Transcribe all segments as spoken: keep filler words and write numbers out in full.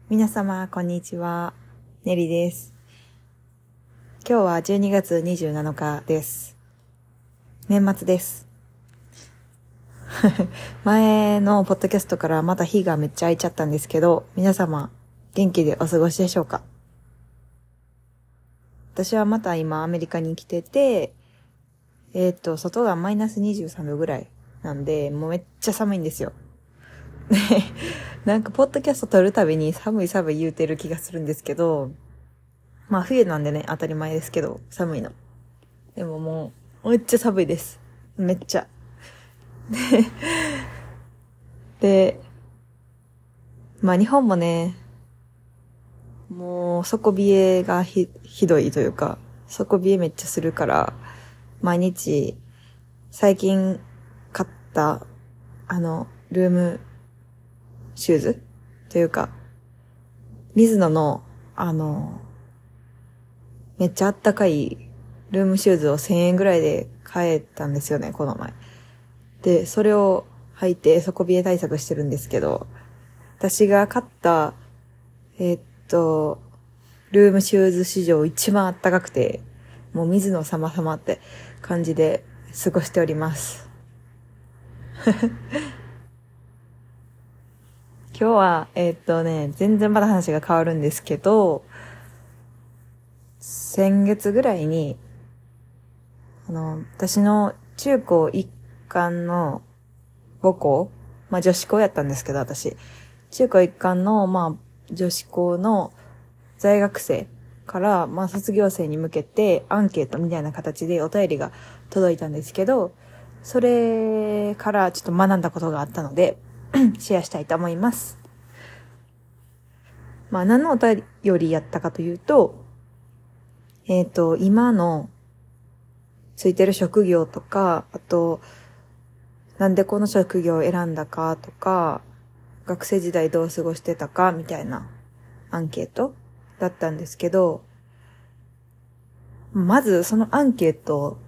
皆様、こんにちは。ネリです。今日はじゅうにがつにじゅうなのかです。年末です。前のポッドキャストからまた日がめっちゃ空いちゃったんですけど、皆様、元気でお過ごしでしょうか？私はまた今アメリカに来てて、えっと、外がマイナスにじゅうさんどぐらいなんで、もうめっちゃ寒いんですよ。で、なんかポッドキャスト撮るたびに寒い寒い言うてる気がするんですけど、まあ冬なんでね、当たり前ですけど、寒いの。でももう、めっちゃ寒いです。めっちゃ。で、まあ日本もね、もう底冷えがひ、ひどいというか、底冷えめっちゃするから、毎日、最近買った、あの、ルームシューズというか、ミズノの、あの、めっちゃあったかいルームシューズをせんえんぐらいで買えたんですよね、この前。で、それを履いて底冷え対策してるんですけど、私が買った、えーっと、ルームシューズ史上一番あったかくて、もう水の様々って感じで過ごしております。今日は、えーっとね、全然まだ話が変わるんですけど、先月ぐらいに、あの、私の中高一貫の母校、まあ女子校やったんですけど、私。中高一貫の、まあ女子校の在学生から、まあ卒業生に向けてアンケートみたいな形でお便りが届いたんですけど、それからちょっと学んだことがあったので、シェアしたいと思います。まあ何のお便りやったかというと、えっと、今のついてる職業とか、あと、なんでこの職業を選んだかとか、学生時代どう過ごしてたかみたいなアンケートだったんですけど、まずそのアンケート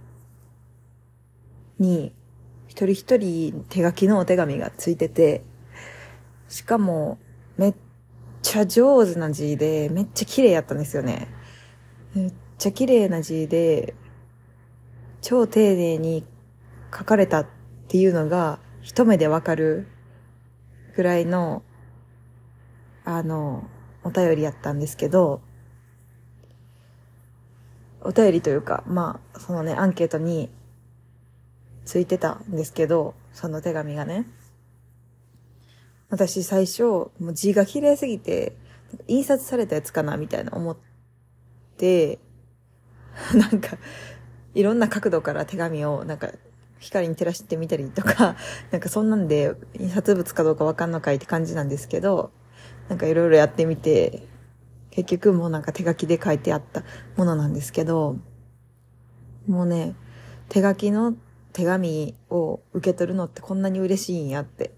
に一人一人手書きのお手紙がついてて、しかもめっちゃ上手な字でめっちゃ綺麗やったんですよね。めっちゃ綺麗な字で超丁寧に書かれたっていうのが一目でわかるぐらいのあのお便りやったんですけど、お便りというか、まあ、そのね、アンケートについてたんですけど、その手紙がね。私最初、もう字が綺麗すぎて、印刷されたやつかなみたいな思って、なんか、いろんな角度から手紙を、なんか、光に照らしてみたりとか、なんかそんなんで印刷物かどうかわかんのかいって感じなんですけど、なんかいろいろやってみて、結局もうなんか手書きで書いてあったものなんですけど、もうね、手書きの手紙を受け取るのってこんなに嬉しいんやって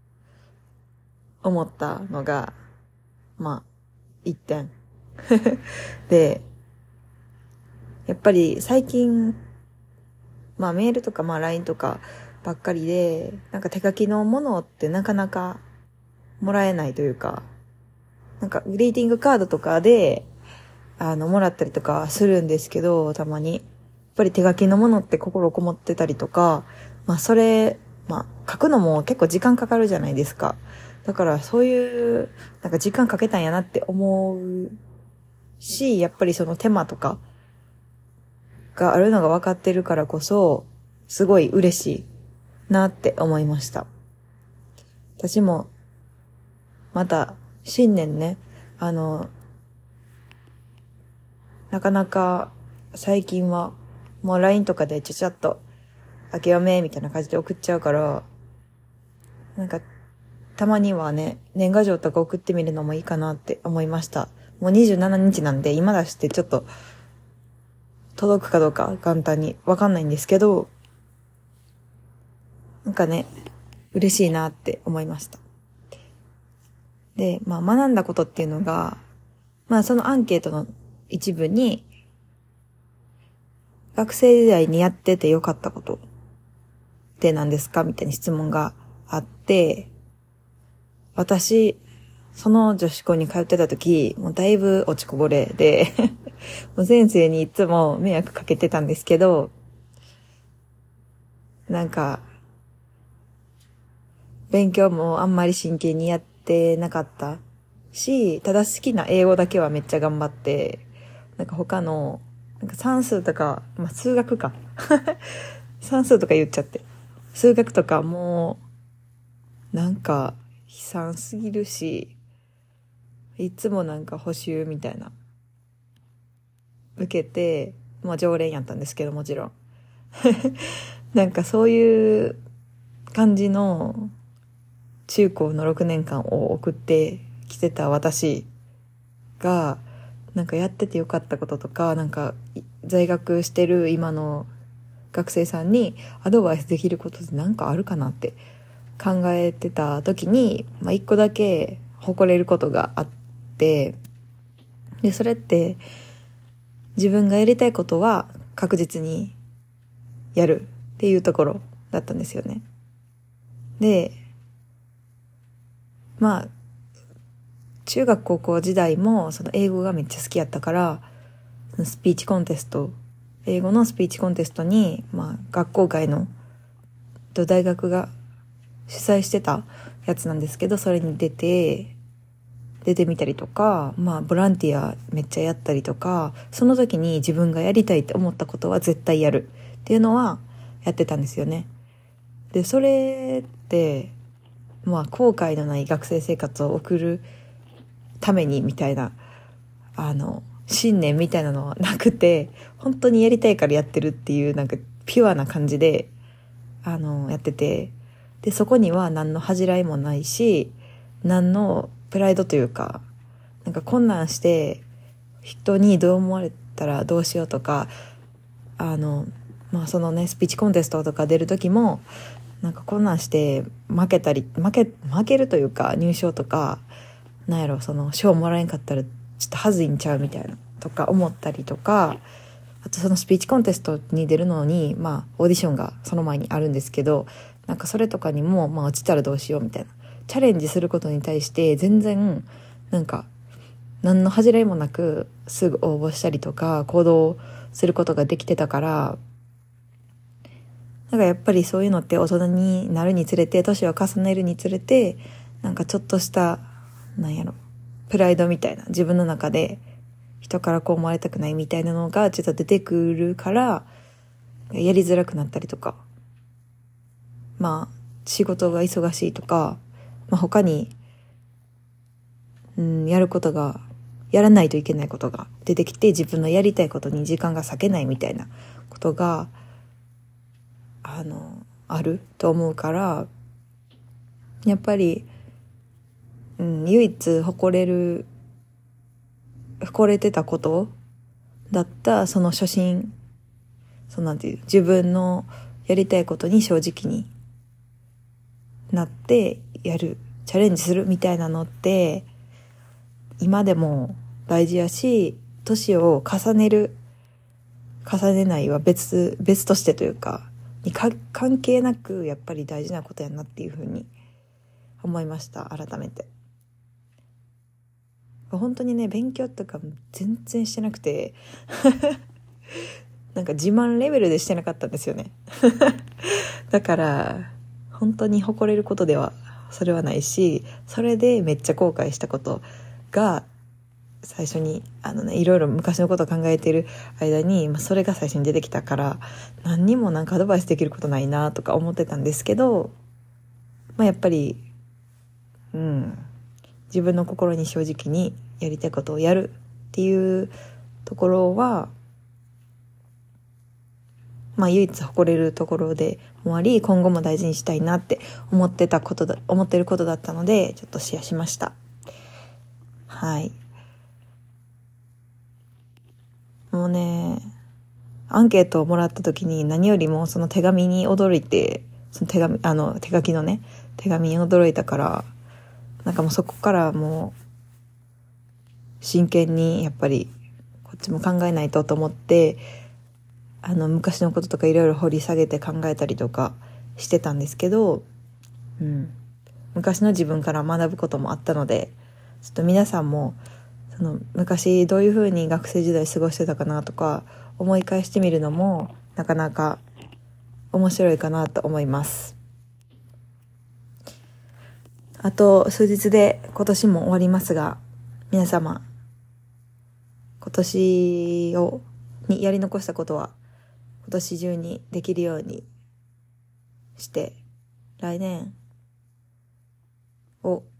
思ったのが、まあ、一点。で、やっぱり最近、まあメールとかまあ ライン とかばっかりで、なんか手書きのものってなかなかもらえないというか、なんかグリーティングカードとかで、あの、もらったりとかするんですけど、たまに。やっぱり手書きのものって心こもってたりとか、まあそれ、まあ書くのも結構時間かかるじゃないですか。だからそういう、なんか時間かけたんやなって思うし、やっぱりその手間とかがあるのが分かってるからこそ、すごい嬉しいなって思いました。私も、また、新年ね、あの、なかなか最近は、もう ライン とかでちゃちゃっと、明けおめみたいな感じで送っちゃうから、なんか、たまにはね、年賀状とか送ってみるのもいいかなって思いました。もうにじゅうしちにちなんで、今出してちょっと、届くかどうか簡単にわかんないんですけど、なんかね、嬉しいなって思いました。で、まあ学んだことっていうのが、まあそのアンケートの一部に、学生時代にやっててよかったことって何ですかみたいな質問があって、私、 その女子校に通ってた時、もうだいぶ落ちこぼれで、もう先生にいつも迷惑かけてたんですけど、なんか、勉強もあんまり真剣にやってなかったし、ただ好きな英語だけはめっちゃ頑張って、なんか他の、なんか算数とか、まあ数学か。算数とか言っちゃって。数学とかもう、なんか悲惨すぎるし、いつもなんか補習みたいな、受けて、まあ常連やったんですけどもちろん。なんかそういう感じの中高のろくねんかんを送ってきてた私が、なんかやっててよかったこととか、なんか在学してる今の学生さんにアドバイスできることってなんかあるかなって考えてた時に、まあ一個だけ誇れることがあって、で、それって自分がやりたいことは確実にやるっていうところだったんですよね。で、まあ、中学高校時代もその英語がめっちゃ好きやったから、スピーチコンテスト、英語のスピーチコンテストに、まあ学校外の大学が主催してたやつなんですけど、それに出て、出てみたりとか、まあボランティアめっちゃやったりとか、その時に自分がやりたいって思ったことは絶対やるっていうのはやってたんですよね。で、それって、まあ後悔のない学生生活を送るためにみたいな、あの、信念みたいなのはなくて、本当にやりたいからやってるっていうなんかピュアな感じで、あの、やってて、で、そこには何の恥じらいもないし、何のプライドというか、なんか困難して人にどう思われたらどうしようとか、あの、まあそのね、スピーチコンテストとか出る時も、なんか困難して負けたり、負け、負けるというか入賞とか、なんやろ、その賞もらえんかったらちょっと恥ずいんちゃうみたいなとか思ったりとか、あとそのスピーチコンテストに出るのに、まあオーディションがその前にあるんですけど、なんかそれとかにも、まあ落ちたらどうしようみたいな。チャレンジすることに対して全然、なんか、何の恥じらいもなくすぐ応募したりとか行動することができてたから、なんかやっぱりそういうのって大人になるにつれて、年を重ねるにつれて、なんかちょっとした、なんやろ、プライドみたいな、自分の中で人からこう思われたくないみたいなのがちょっと出てくるから、やりづらくなったりとか、まあ仕事が忙しいとか、まあ他に、うん、やることが、やらないといけないことが出てきて、自分のやりたいことに時間が割けないみたいなことが、あの、あると思うから、やっぱり、うん、唯一誇れる、誇れてたことだったその初心、そうなんていう、自分のやりたいことに正直になってやる、チャレンジするみたいなのって、今でも大事やし、年を重ねる、重ねないは別、別としてというか、にか関係なくやっぱり大事なことやなっていうふうに思いました。改めて本当にね、勉強とか全然してなくてなんか自慢レベルでしてなかったんですよねだから本当に誇れることではそれはないし、それでめっちゃ後悔したことが最初にあのね、いろいろ昔のことを考えている間に、まあ、それが最初に出てきたから、何にもなんかアドバイスできることないなとか思ってたんですけど、まあ、やっぱりうん自分の心に正直にやりたいことをやるっていうところは、まあ唯一誇れるところでもあり、今後も大事にしたいなって思ってたことだ、思ってることだったので、ちょっとシェアしました。はい。もうね、アンケートをもらった時に何よりもその手紙に驚いて、その手紙、あの、手書きのね、手紙に驚いたから、なんかもうそこからもう、真剣にやっぱり、こっちも考えないとと思って、あの、昔のこととかいろいろ掘り下げて考えたりとかしてたんですけど、うん。昔の自分から学ぶこともあったので、 ちょっと皆さんもその昔どういう風に学生時代過ごしてたかなとか思い返してみるのもなかなか面白いかなと思います。あと数日で今年も終わりますが、皆様今年をにやり残したことは今年中にできるようにして来年を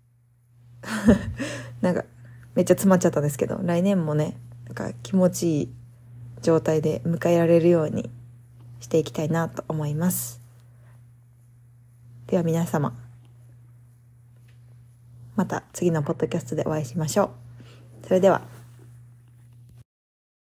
なんかめっちゃ詰まっちゃったんですけど、来年もねなんか気持ちいい状態で迎えられるようにしていきたいなと思います。では皆様、また次のポッドキャストでお会いしましょう。それでは。